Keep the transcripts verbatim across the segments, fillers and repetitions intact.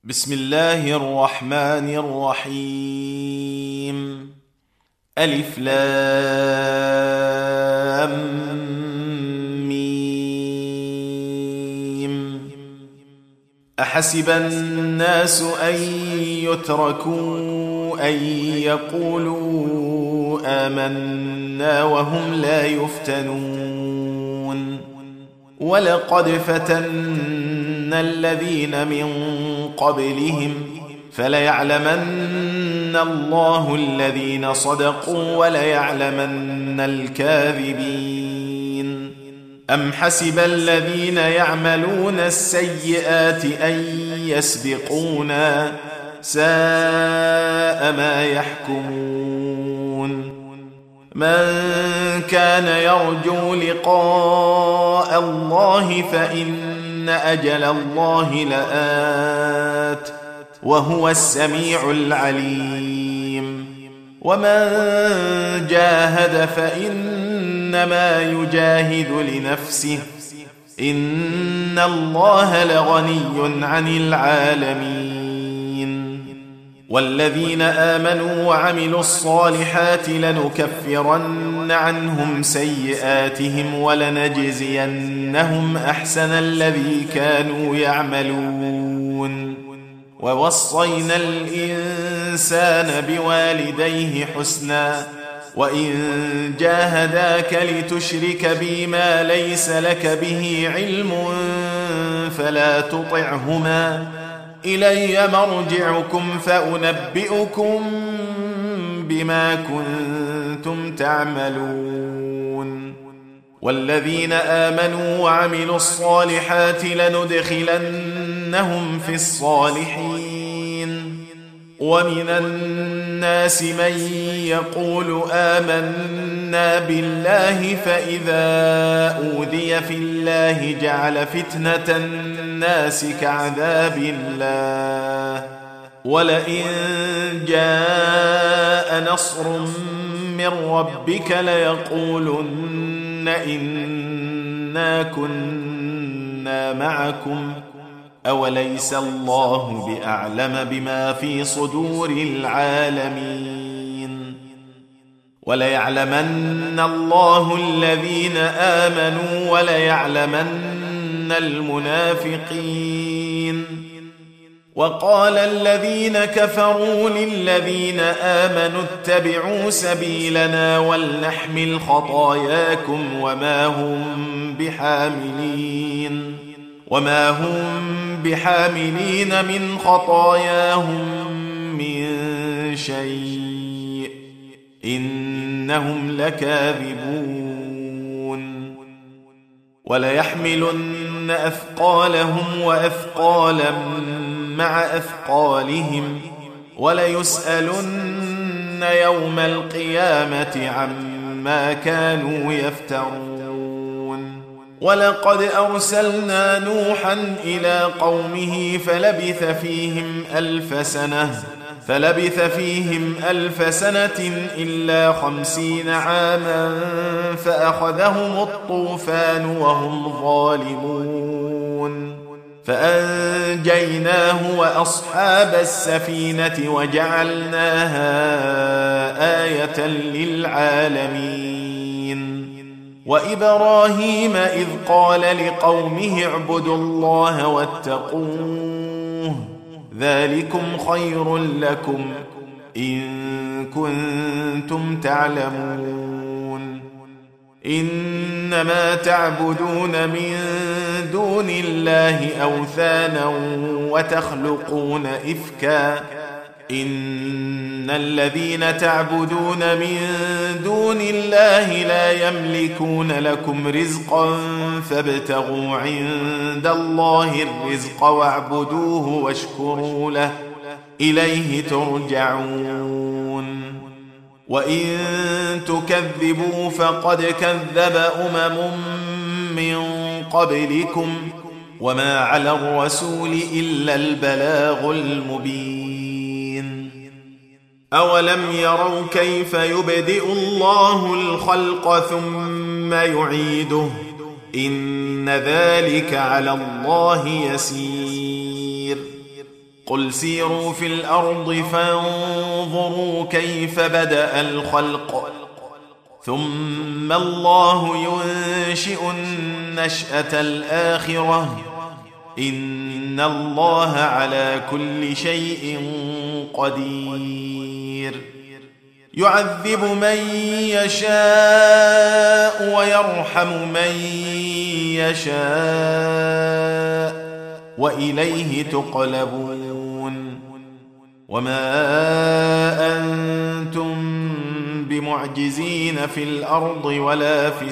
بسم الله الرحمن الرحيم. ألف لام ميم. أحسب الناس أن يتركوا أن يقولوا آمنا وهم لا يفتنون. ولقد فتنا الذين من قبلهم فليعلمن الله الذين صدقوا وليعلمن الكاذبين. أم حسب الذين يعملون السيئات أن يسبقونا ساء ما يحكمون. من كان يرجو لقاء الله فإن أجل الله لآت وهو السميع العليم. ومن جاهد فإنما يجاهد لنفسه إن الله لغني عن العالمين. والذين آمنوا وعملوا الصالحات لنكفرن عنهم سيئاتهم ولنجزينهم أحسن الذي كانوا يعملون. ووصينا الإنسان بوالديه حسنا وإن جاهداك لتشرك بي ما ليس لك به علم فلا تطعهما إلي مرجعكم فأنبئكم بما كنتم تعملون. والذين آمنوا وعملوا الصالحات لندخلنهم في الصالحين. ومن الناس من يقول آمنا بالله فإذا أوذي في الله جعل فتنة الناس كعذاب الله ولئن جاء نصر من ربك ليقولن إنا كنا معكم أوليس الله بأعلم بما في صدور العالمين. وليعلمن الله الذين آمنوا وليعلمن المنافقين. وقال الذين كفروا للذين آمنوا اتبعوا سبيلنا ولنحمل خطاياكم وما هم بحاملين وما هم بحاملين من خطاياهم من شيء إنهم لكاذبون. وليحملن أثقالهم وأثقالا مع أثقالهم وليسألن يوم القيامة عما كانوا يفترون. ولقد أرسلنا نوحا إلى قومه فلبث فيهم ألف سنة فلبث فيهم ألف سنة إلا خمسين عاما فأخذهم الطوفان وهم ظالمون. فأنجيناه وأصحاب السفينة وجعلناها آية للعالمين. وإبراهيم إذ قال لقومه اعبدوا الله واتقوه ذلكم خير لكم إن كنتم تعلمون. إنما تعبدون من دون الله أوثانا وتخلقون إفكا إن الذين تعبدون من دون الله لا يملكون لكم رزقا فابتغوا عند الله الرزق واعبدوه واشكروا له إليه ترجعون. وإن تكذبوا فقد كذب أمم من قبلكم وما على الرسول إلا البلاغ المبين. أولم يروا كيف يبدئ الله الخلق ثم يعيده إن ذلك على الله يسير قل سيروا في الأرض فانظروا كيف بدأ الخلق ثم الله ينشئ النشأة الآخرة إن الله على كل شيء قدير يعذب من يشاء ويرحم من يشاء وإليه تقلبون وما أنتم بمعجزين في الأرض ولا في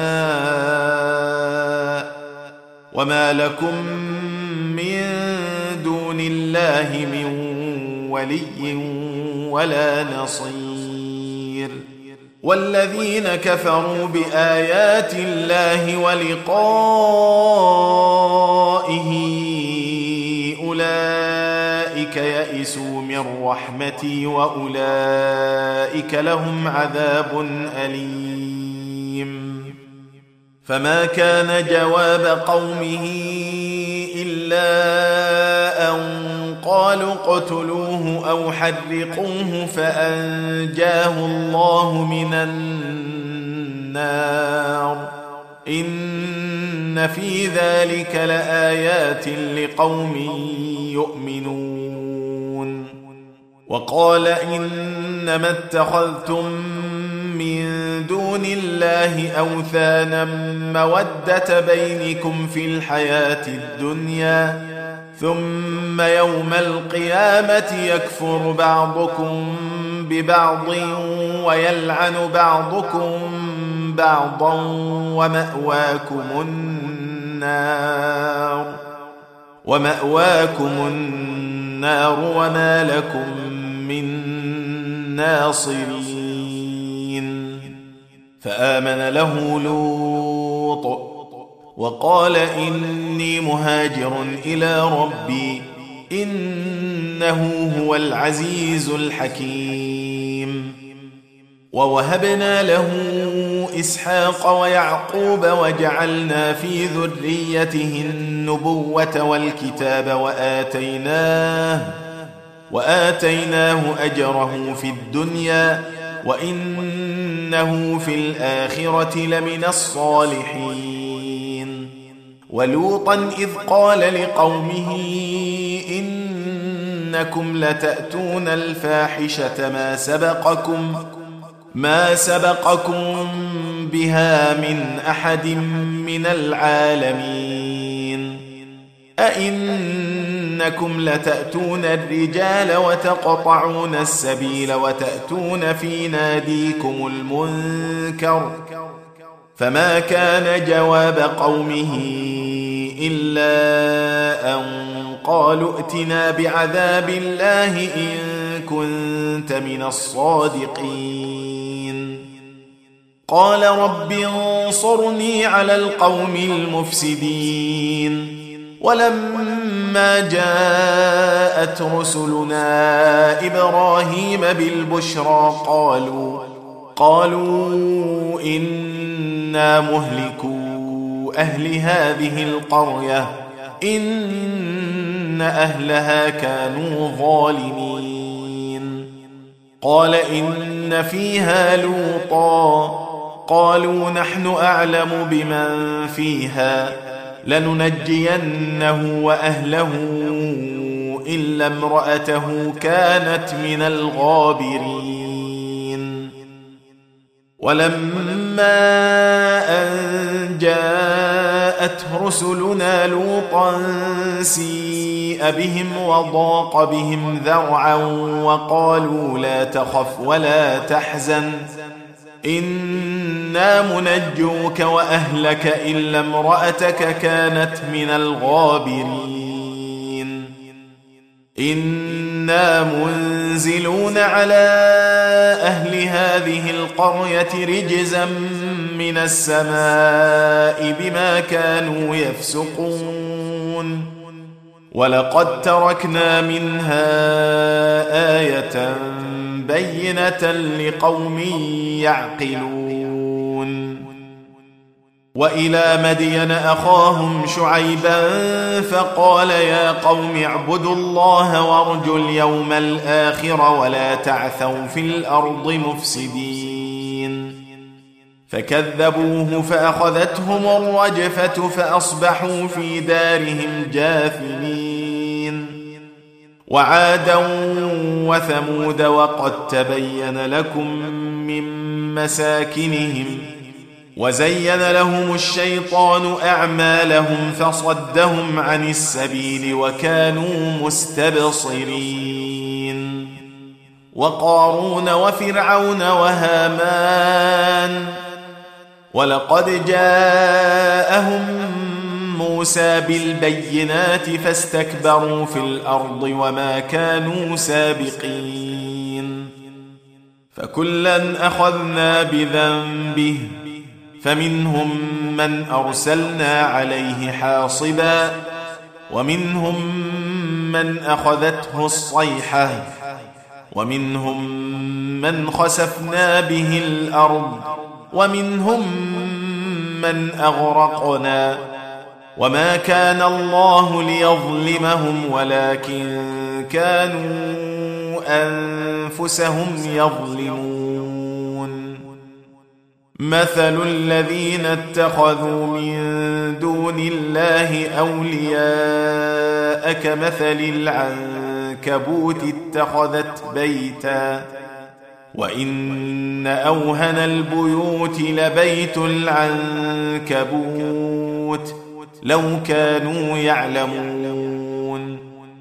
السماء وما لكم من دون الله من ولي ولا نصير والذين كفروا بآيات الله ولقائه أولئك يئسوا من رحمتي وأولئك لهم عذاب أليم فما كان جواب قومه إلا أن قالوا اقتلوه أو حرقوه فأنجاه الله من النار إن في ذلك لآيات لقوم يؤمنون وقال إنما اتخذتم من دون الله أوثانا مودة بينكم في الحياة الدنيا ثم يوم القيامة يكفر بعضكم ببعض ويلعن بعضكم بعضا ومأواكم النار ومأواكم النار وما لكم من ناصرين فآمن له لوط وقال إني مهاجر إلى ربي إنه هو العزيز الحكيم ووهبنا له إسحاق ويعقوب وجعلنا في ذريته النبوة والكتاب وآتيناه وآتيناه أجره في الدنيا وإنه في الآخرة لمن الصالحين ولوطا إذ قال لقومه إنكم لتأتون الفاحشة ما سبقكم ما سبقكم بها من أحد من العالمين أئنكم لتأتون الرجال وتقطعون السبيل وتأتون في ناديكم المنكر فما كان جواب قومه إلا أن قالوا ائتنا بعذاب الله إن كنت من الصادقين قال رب انصرني على القوم المفسدين ولما جاءت رسلنا إبراهيم بالبشرى قالوا قالوا إنا مهلكو أهل هذه القرية إن أهلها كانوا ظالمين قال إن فيها لوطا قالوا نحن أعلم بمن فيها لننجينه وأهله إلا امرأته كانت من الغابرين ولما أن جاءت رسلنا لوطا سيء بهم وضاق بهم ذرعا وقالوا لا تخف ولا تحزن إنا منجوك وأهلك إلا امرأتك كانت من الغابرين إنا منزلون على أهل هذه القرية رجزا من السماء بما كانوا يفسقون ولقد تركنا منها آية بينة لقوم يعقلون وإلى مدين أخاهم شعيبا فقال يا قوم اعبدوا الله وارجوا اليوم الآخر ولا تعثوا في الأرض مفسدين فكذبوه فأخذتهم الرجفة فأصبحوا في دارهم جاثمين وعادا وثمود وقد تبين لكم من مساكنهم وزين لهم الشيطان أعمالهم فصدهم عن السبيل وكانوا مستبصرين وقارون وفرعون وهامان ولقد جاءهم موسى بالبينات فاستكبروا في الأرض وما كانوا سابقين فكلا أخذنا بذنبه فمنهم من أرسلنا عليه حاصبا ومنهم من أخذته الصيحة ومنهم من خسفنا به الأرض ومنهم من أغرقنا وما كان الله ليظلمهم ولكن كانوا أنفسهم يظلمون مثل الذين اتخذوا من دون الله أولياء كمثل العنكبوت اتخذت بيتا وإن أوهن البيوت لبيت العنكبوت لو كانوا يعلمون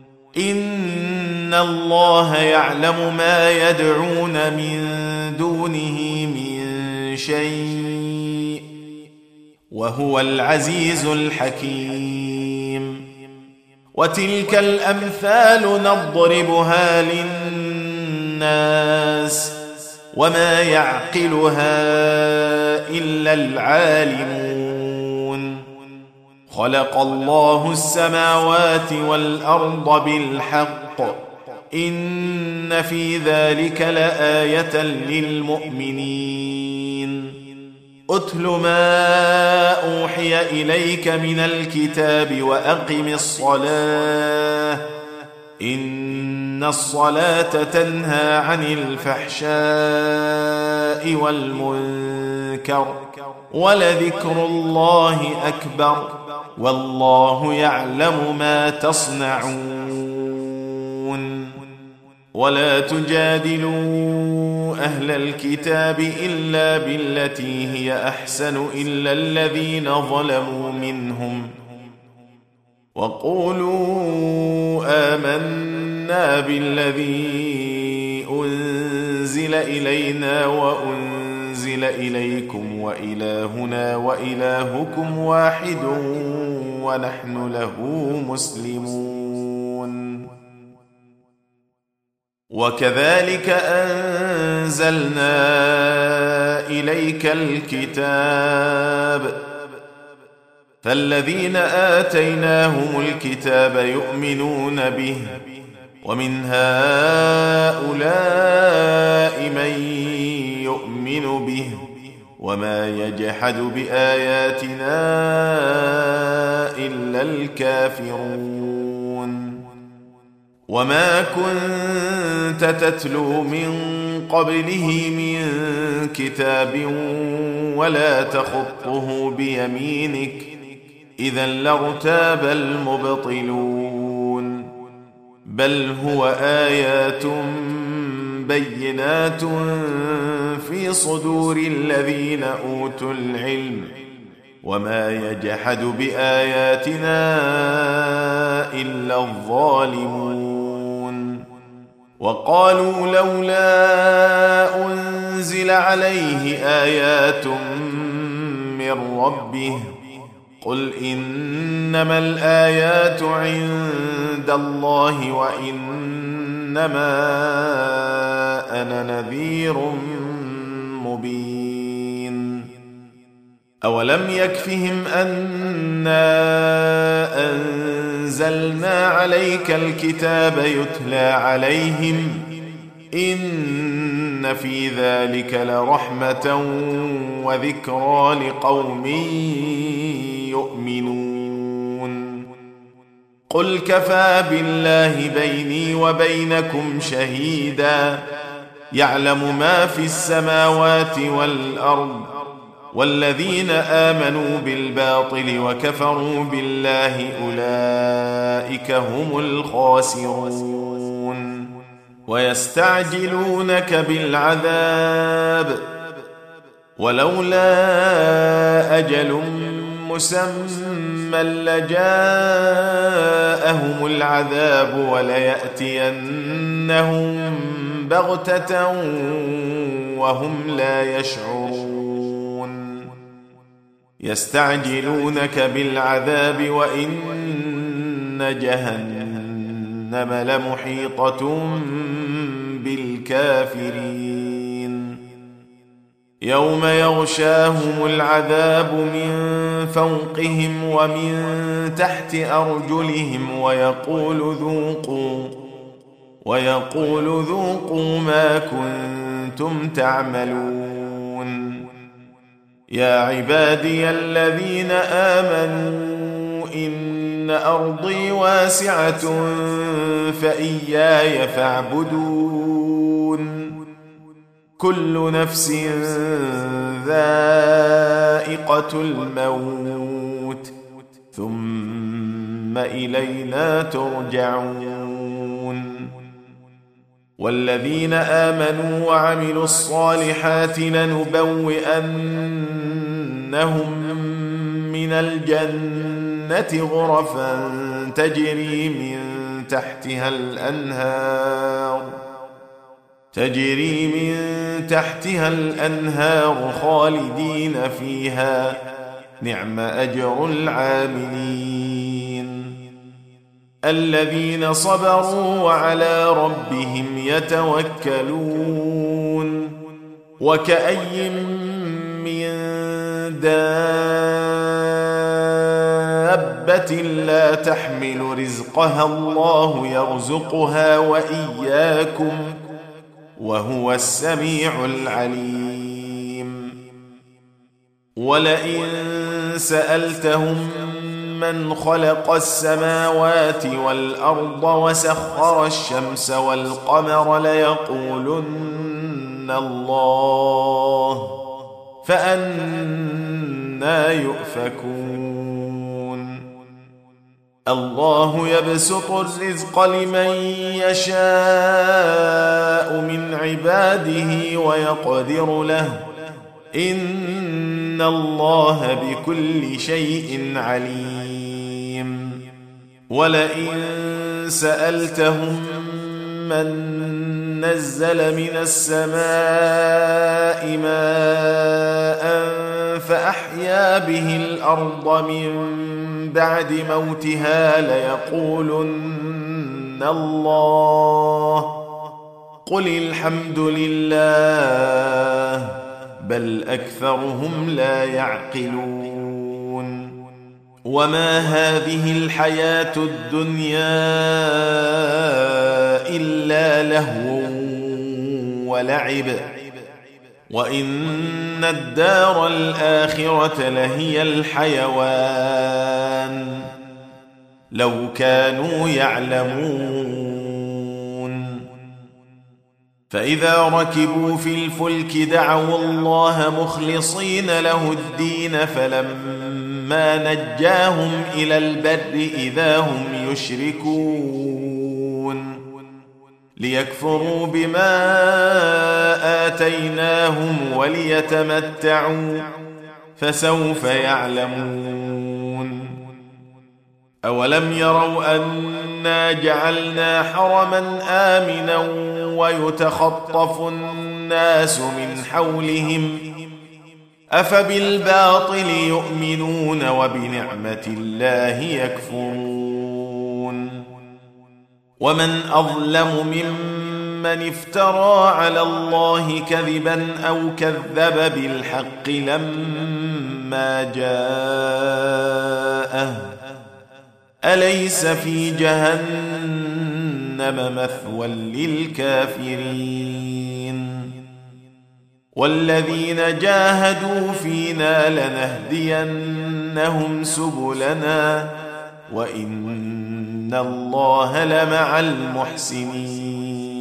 إن الله يعلم ما يدعون من دونه من شيء وهو العزيز الحكيم وتلك الأمثال نضربها للناس وما يعقلها إلا العالمون خلق الله السماوات والأرض بالحق إن في ذلك لآية للمؤمنين أتل ما أوحي إليك من الكتاب وأقم الصلاة إن الصلاة تنهى عن الفحشاء والمنكر ولذكر الله أكبر والله يعلم ما تصنعون ولا تجادلوا أهل الكتاب إلا بالتي هي أحسن إلا الذين ظلموا منهم وقولوا آمنا بالذي أنزل إلينا وأنزل إليكم وإلهنا وإلهكم واحد ونحن له مسلمون وكذلك أنزلنا إليك الكتاب فالذين آتيناهم الكتاب يؤمنون به ومن هؤلاء من يؤمن به وما يجحد بآياتنا إلا الكافرون وما كنت تتلو من قبله من كتاب ولا تخطه بيمينك إذا لارتاب المبطلون بل هو آيات بينات في صدور الذين أوتوا العلم وما يجحد بآياتنا إلا الظالمون وقالوا لولا أنزل عليه آيات من ربه قل إنما الآيات عند الله وإنما أنا نذير مبين أولم يكفهم أنا أنزلنا عليك الكتاب يتلى عليهم إن في ذلك لرحمة وذكرى لقوم يؤمنون قل كفى بالله بيني وبينكم شهيدا يعلم ما في السماوات والأرض والذين آمنوا بالباطل وكفروا بالله أولئك هم الخاسرون ويستعجلونك بالعذاب ولولا أجل مسمى لجاءهم العذاب وليأتينهم بغتة وهم لا يشعرون يستعجلونك بالعذاب وإن جهنم لمحيطة بالكافرين يوم يغشاهم العذاب من فوقهم ومن تحت أرجلهم ويقول ذوقوا ويقول ذوقوا ما كنتم تعملون يا عبادي الذين آمنوا إن أرضي واسعة فإياي فاعبدون كل نفس ذائقة الموت ثم إلينا ترجعون والذين آمنوا وعملوا الصالحات لنبوئنهم من الجنة غرفا تجري من تحتها الأنهار تجري من تحتها الأنهار خالدين فيها نعم أجر العاملين الذين صبروا وعلى ربهم يتوكلون وكأي من دابة لا تحمل رزقها الله يرزقها وإياكم وهو السميع العليم ولئن سألتهم من خلق السماوات والأرض وسخر الشمس والقمر ليقولن الله فأنى يؤفكون الله يبسط الرزق لمن يشاء من عباده ويقدر له إن الله بكل شيء عليم ولئن سألتهم من نزل من السماء ماء فأحيا به الأرض من بعد موتها ليقولن الله قل الحمد لله بل أكثرهم لا يعقلون وما هذه الحياة الدنيا إلا لهو ولعب وإن الدار الآخرة لهي الحيوان لو كانوا يعلمون فإذا ركبوا في الفلك دعوا الله مخلصين له الدين فلما نجاهم إلى البر إذا هم يشركون ليكفروا بما آتيناهم وليتمتعوا فسوف يعلمون أولم يروا أنا جعلنا حرما آمنا ويتخطف الناس من حولهم أفبالباطل يؤمنون وبنعمة الله يكفرون ومن أظلم ممن افترى على الله كذبا أو كذب بالحق لما جاءه أليس في جهنم جهنم مثوى للكافرين والذين جاهدوا فينا لنهدينهم سبلنا وإن الله لمع المحسنين